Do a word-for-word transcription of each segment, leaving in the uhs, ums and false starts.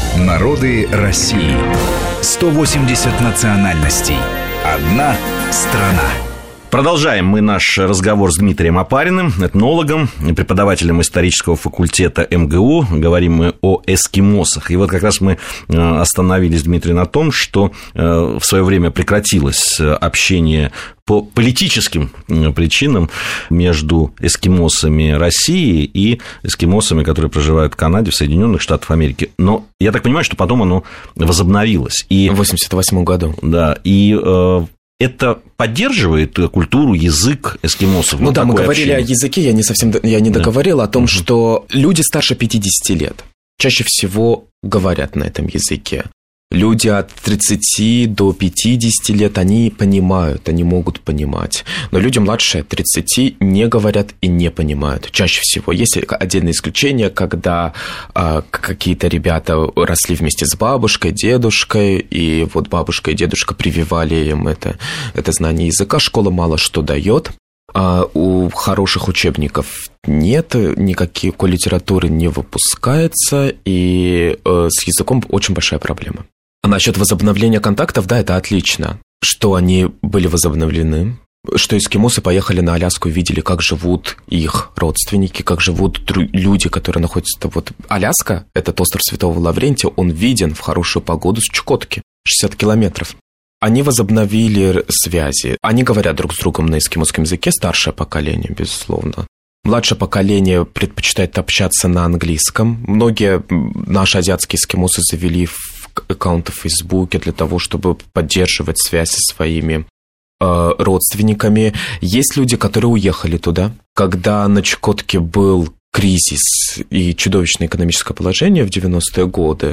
Народы России. сто восемьдесят национальностей. Одна страна. Продолжаем мы наш разговор с Дмитрием Опариным, этнологом, преподавателем исторического факультета эм гэ у. Говорим мы о эскимосах. И вот как раз мы остановились, Дмитрий, на том, что в свое время прекратилось общение по политическим причинам между эскимосами России и эскимосами, которые проживают в Канаде, в Соединенных Штатах Америки. Но я так понимаю, что потом оно возобновилось. И, в восемьдесят восьмом году. Да, и это поддерживает культуру, язык эскимосов? Ну вот да, мы говорили общение. о языке, я не совсем я не договорил да. о том, угу. что люди старше пятидесяти лет чаще всего говорят на этом языке. Люди от тридцати до пятидесяти лет, они понимают, они могут понимать. Но люди младше тридцати не говорят и не понимают. Чаще всего. Есть отдельные исключения, когда а, какие-то ребята росли вместе с бабушкой, дедушкой, и вот бабушка и дедушка прививали им это, это знание языка. Школа мало что дает. А у хороших учебников нет, никакой литературы не выпускается, и э, с языком очень большая проблема. А насчет возобновления контактов, да, это отлично, что они были возобновлены, что эскимосы поехали на Аляску и видели, как живут их родственники, как живут люди, которые находятся... Вот Аляска, этот остров Святого Лаврентия, он виден в хорошую погоду с Чукотки, шестьдесят километров. Они возобновили связи, они говорят друг с другом на эскимосском языке, старшее поколение, безусловно. Младшее поколение предпочитает общаться на английском. Многие наши азиатские эскимосы завели аккаунты в Фейсбуке для того, чтобы поддерживать связь со своими э, родственниками. Есть люди, которые уехали туда. Когда на Чукотке был кризис и чудовищное экономическое положение в девяностые годы,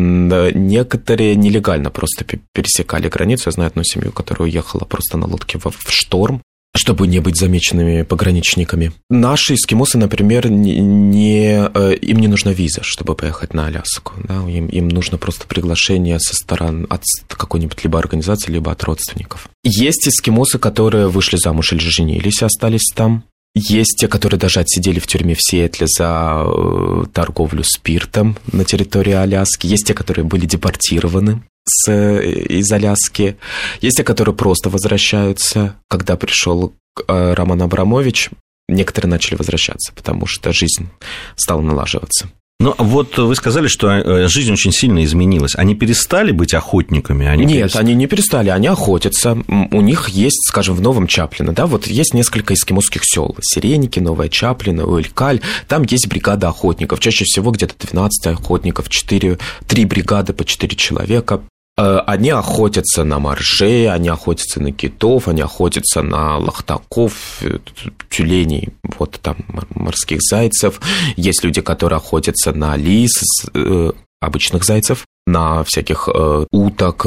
некоторые нелегально просто пересекали границу. Я знаю одну семью, которая уехала просто на лодке в шторм, чтобы не быть замеченными пограничниками. Наши эскимосы, например, не, не, им не нужна виза, чтобы поехать на Аляску. Да? Им, им нужно просто приглашение со стороны от какой-нибудь либо организации, либо от родственников. Есть эскимосы, которые вышли замуж или женились и остались там. Есть те, которые даже отсидели в тюрьме в Сиэтле за торговлю спиртом на территории Аляски. Есть те, которые были депортированы с, из Аляски. Есть те, которые просто возвращаются. Когда пришел Роман Абрамович, некоторые начали возвращаться, потому что жизнь стала налаживаться. Ну, вот вы сказали, что жизнь очень сильно изменилась. Они перестали быть охотниками? Они Нет, перест... они не перестали, они охотятся. У них есть, скажем, в Новом Чаплино, да, вот есть несколько эскимосских сел. Сиреники, Новая Чаплино, Уэлькаль. Там есть бригада охотников. Чаще всего где-то двенадцать охотников, четыре, три бригады по четыре человека. Они охотятся на моржей, они охотятся на китов, они охотятся на лохтаков, тюленей, вот там морских зайцев. Есть люди, которые охотятся на лис, обычных зайцев, на всяких уток,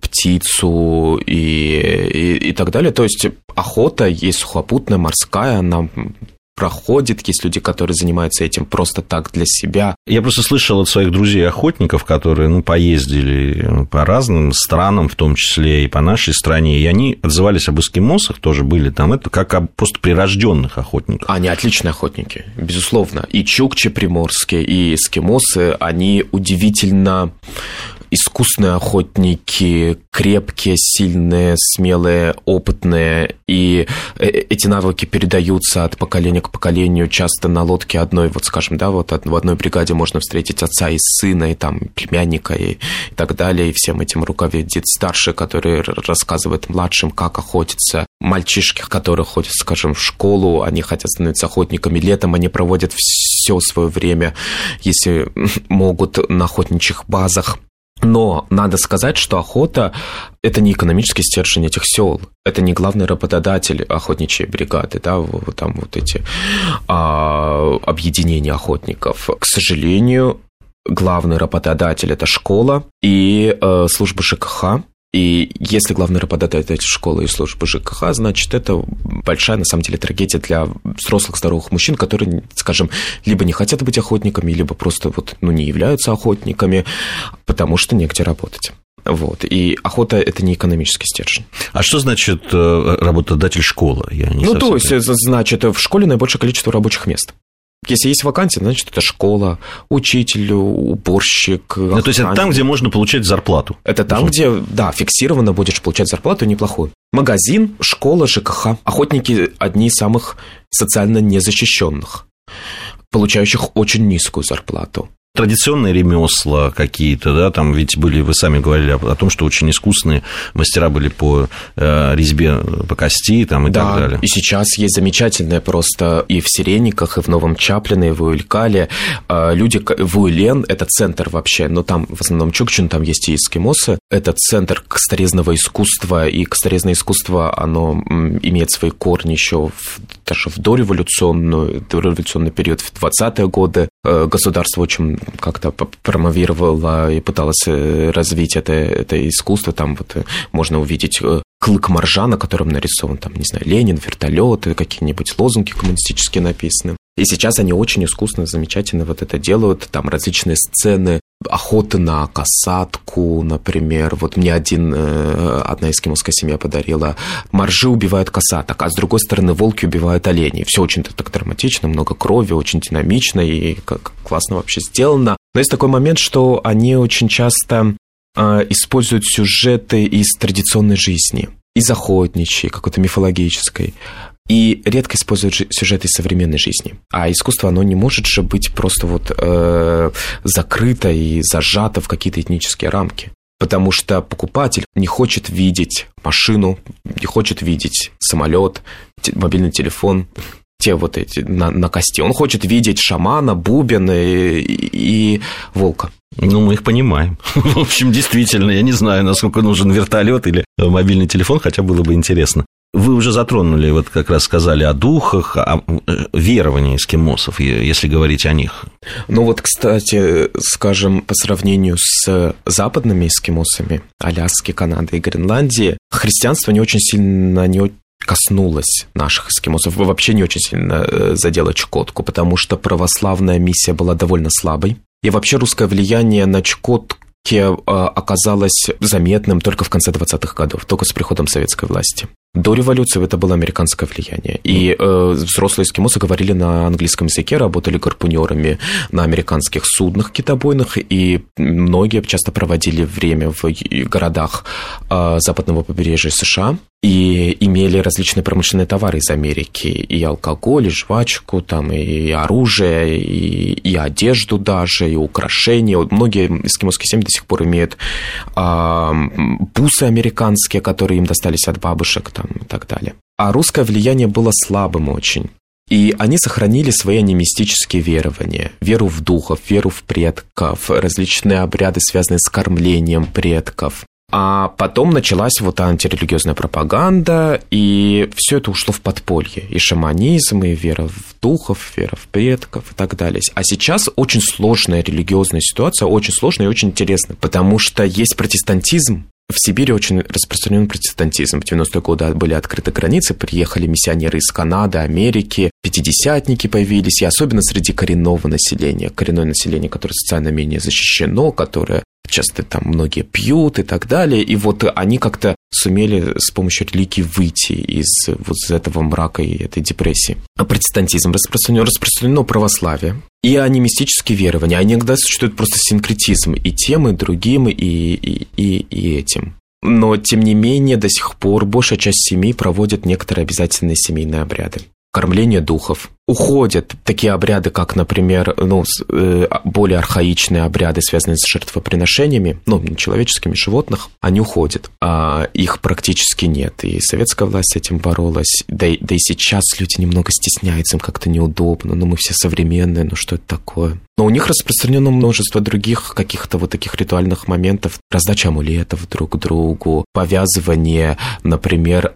птицу и, и, и так далее. То есть охота есть сухопутная, морская, она... проходит, есть люди, которые занимаются этим просто так для себя. Я просто слышал от своих друзей-охотников, которые ну, поездили по разным странам, в том числе и по нашей стране, и они отзывались об эскимосах, тоже были там, это как об просто прирожденных охотниках. Они отличные охотники, безусловно. И чукчи приморские, и эскимосы, они удивительно... искусные охотники, крепкие, сильные, смелые, опытные, и эти навыки передаются от поколения к поколению, часто на лодке одной, вот скажем, да, вот в одной бригаде можно встретить отца и сына, и там племянника, и, и так далее, и всем этим руководит старший, который рассказывает младшим, как охотиться. Мальчишки, которые ходят, скажем, в школу, они хотят становиться охотниками, летом они проводят все свое время, если могут, на охотничьих базах. Но надо сказать, что охота – это не экономический стержень этих сел, это не главный работодатель охотничьей бригады, да, вот там вот эти а, объединения охотников. К сожалению, главный работодатель – это школа и а, служба ЖКХ. И если главный работодатель школы и службы ЖКХ, значит, это большая, на самом деле, трагедия для взрослых, здоровых мужчин, которые, скажем, либо не хотят быть охотниками, либо просто вот, ну, не являются охотниками, потому что негде работать. Вот. И охота – это не экономический стержень. А что значит работодатель школы? Я не ну, то есть, понимаю. Значит, в школе наибольшее количество рабочих мест. Если есть вакансия, значит, это школа, учитель, уборщик, охранник. Ну, то есть, это там, где можно получать зарплату. Это там, где, да, фиксированно будешь получать зарплату неплохую. Магазин, школа, ЖКХ. Охотники – одни из самых социально незащищенных, получающих очень низкую зарплату. Традиционные ремесла какие-то, да, там ведь были, вы сами говорили о том, что очень искусные мастера были по э, резьбе по кости там, и да, так далее. И сейчас есть замечательные просто и в Сирениках, и в Новом Чаплине, и в Уилькале. Э, люди, в Уилен – это центр вообще, но там в основном Чукчин, там есть и эскимосы. Это центр косторезного искусства, и косторезное искусство, оно имеет свои корни еще в, даже в дореволюционную, дореволюционный период, в двадцатые годы. Э, государство очень как-то промовировала и пыталась развить это, это искусство. Там вот можно увидеть клык моржа, на котором нарисован, там, не знаю, Ленин, вертолеты, какие-нибудь лозунги коммунистические написаны. И сейчас они очень искусно, замечательно вот это делают. Там различные сцены охоты на касатку, например. Вот мне один, одна эскимосская семья подарила. Моржи убивают касаток, а с другой стороны волки убивают оленей. Все очень так драматично, много крови, очень динамично и как классно вообще сделано. Но есть такой момент, что они очень часто используют сюжеты из традиционной жизни, из охотничьей, какой-то мифологической. И редко используют сюжеты из современной жизни. А искусство, оно не может же быть просто вот э, закрыто и зажато в какие-то этнические рамки. Потому что покупатель не хочет видеть машину, не хочет видеть самолет, мобильный телефон, те вот эти на, на кости. Он хочет видеть шамана, бубен и, и, и волка. Ну, мы их понимаем. В общем, действительно, я не знаю, насколько нужен вертолет или мобильный телефон, хотя было бы интересно. Вы уже затронули, вот как раз сказали о духах, о веровании эскимосов, если говорить о них. Ну вот, кстати, скажем, по сравнению с западными эскимосами, Аляски, Канады и Гренландии, христианство не очень сильно не коснулось наших эскимосов, вообще не очень сильно задело Чукотку, потому что православная миссия была довольно слабой. И вообще русское влияние на Чукотку оказалось заметным только в конце двадцатых годов, только с приходом советской власти. До революции это было американское влияние. И э, взрослые эскимосы говорили на английском языке, работали гарпунерами на американских суднах китобойных, и многие часто проводили время в городах э, западного побережья США и имели различные промышленные товары из Америки. И алкоголь, и жвачку, там, и оружие, и, и одежду даже, и украшения. Вот многие эскимосские семьи до сих пор имеют э, бусы американские, которые им достались от бабушек, там, и так далее. А русское влияние было слабым очень. И они сохранили свои анимистические верования. Веру в духов, веру в предков, различные обряды, связанные с кормлением предков. А потом началась вот антирелигиозная пропаганда, и все это ушло в подполье. И шаманизм, и вера в духов, вера в предков и так далее. А сейчас очень сложная религиозная ситуация, очень сложная и очень интересная, потому что есть протестантизм. В Сибири очень распространен протестантизм. В девяностые годы были открыты границы, приехали миссионеры из Канады, Америки, пятидесятники появились, и особенно среди коренного населения. Коренное население, которое социально менее защищено, которое часто там многие пьют и так далее. И вот они как-то сумели с помощью религии выйти из вот этого мрака и этой депрессии. А протестантизм распространен, распространено православие. И анимистические верования. А иногда существует просто синкретизм и тем, и другим, и, и, и, и этим. Но, тем не менее, до сих пор большая часть семей проводит некоторые обязательные семейные обряды. Кормление духов. Уходят такие обряды, как, например, ну, более архаичные обряды, связанные с жертвоприношениями, ну, не человеческими, животных, они уходят. А их практически нет. И советская власть с этим боролась. Да и, да и сейчас люди немного стесняются, им как-то неудобно. Ну, мы все современные, ну, что это такое? Но у них распространено множество других каких-то вот таких ритуальных моментов. Раздача амулетов друг другу, повязывание, например,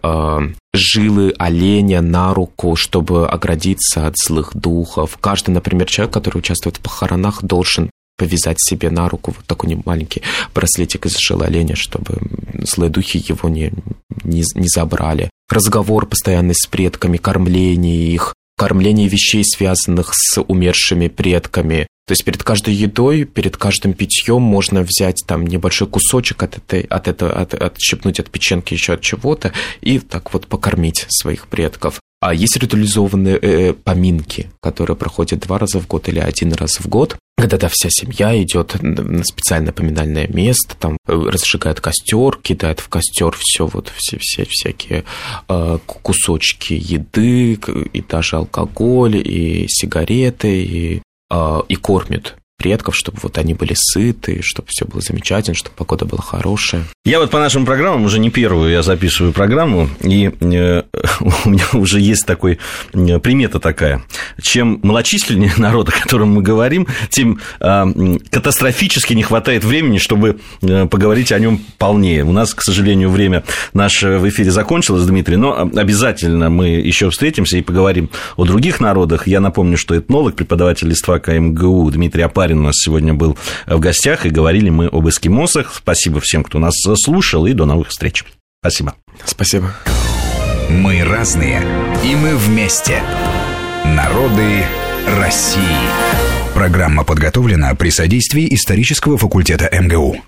жилы оленя на руку, чтобы оградиться от злых духов. Каждый, например, человек, который участвует в похоронах, должен повязать себе на руку вот такой маленький браслетик из жил оленя, чтобы злые духи его не, не, не забрали. Разговор постоянный с предками, кормление их, кормление вещей, связанных с умершими предками. То есть перед каждой едой, перед каждым питьем можно взять там небольшой кусочек от этой, от этого, от, отщипнуть от печенки, еще от чего-то, и так вот покормить своих предков. А есть ритуализованные э, поминки, которые проходят два раза в год или один раз в год, когда вся семья идет на специальное поминальное место, там разжигает костер, кидает в костер все вот все, все всякие э, кусочки еды, и даже алкоголь, и сигареты, и, э, и кормит предков, чтобы вот они были сыты, чтобы все было замечательно, чтобы погода была хорошая. Я вот по нашим программам, уже не первую я записываю программу, и э, у меня уже есть такой, э, примета такая. Чем малочисленнее народ, о котором мы говорим, тем э, катастрофически не хватает времени, чтобы э, поговорить о нем полнее. У нас, к сожалению, время наше в эфире закончилось, Дмитрий, но обязательно мы еще встретимся и поговорим о других народах. Я напомню, что этнолог, преподаватель ИСТФАКа МГУ Дмитрий Опарин у нас сегодня был в гостях, и говорили мы об эскимосах. Спасибо всем, кто нас слушал, и до новых встреч. Спасибо. Спасибо. Мы разные, и мы вместе. Народы России. Программа подготовлена при содействии исторического факультета МГУ.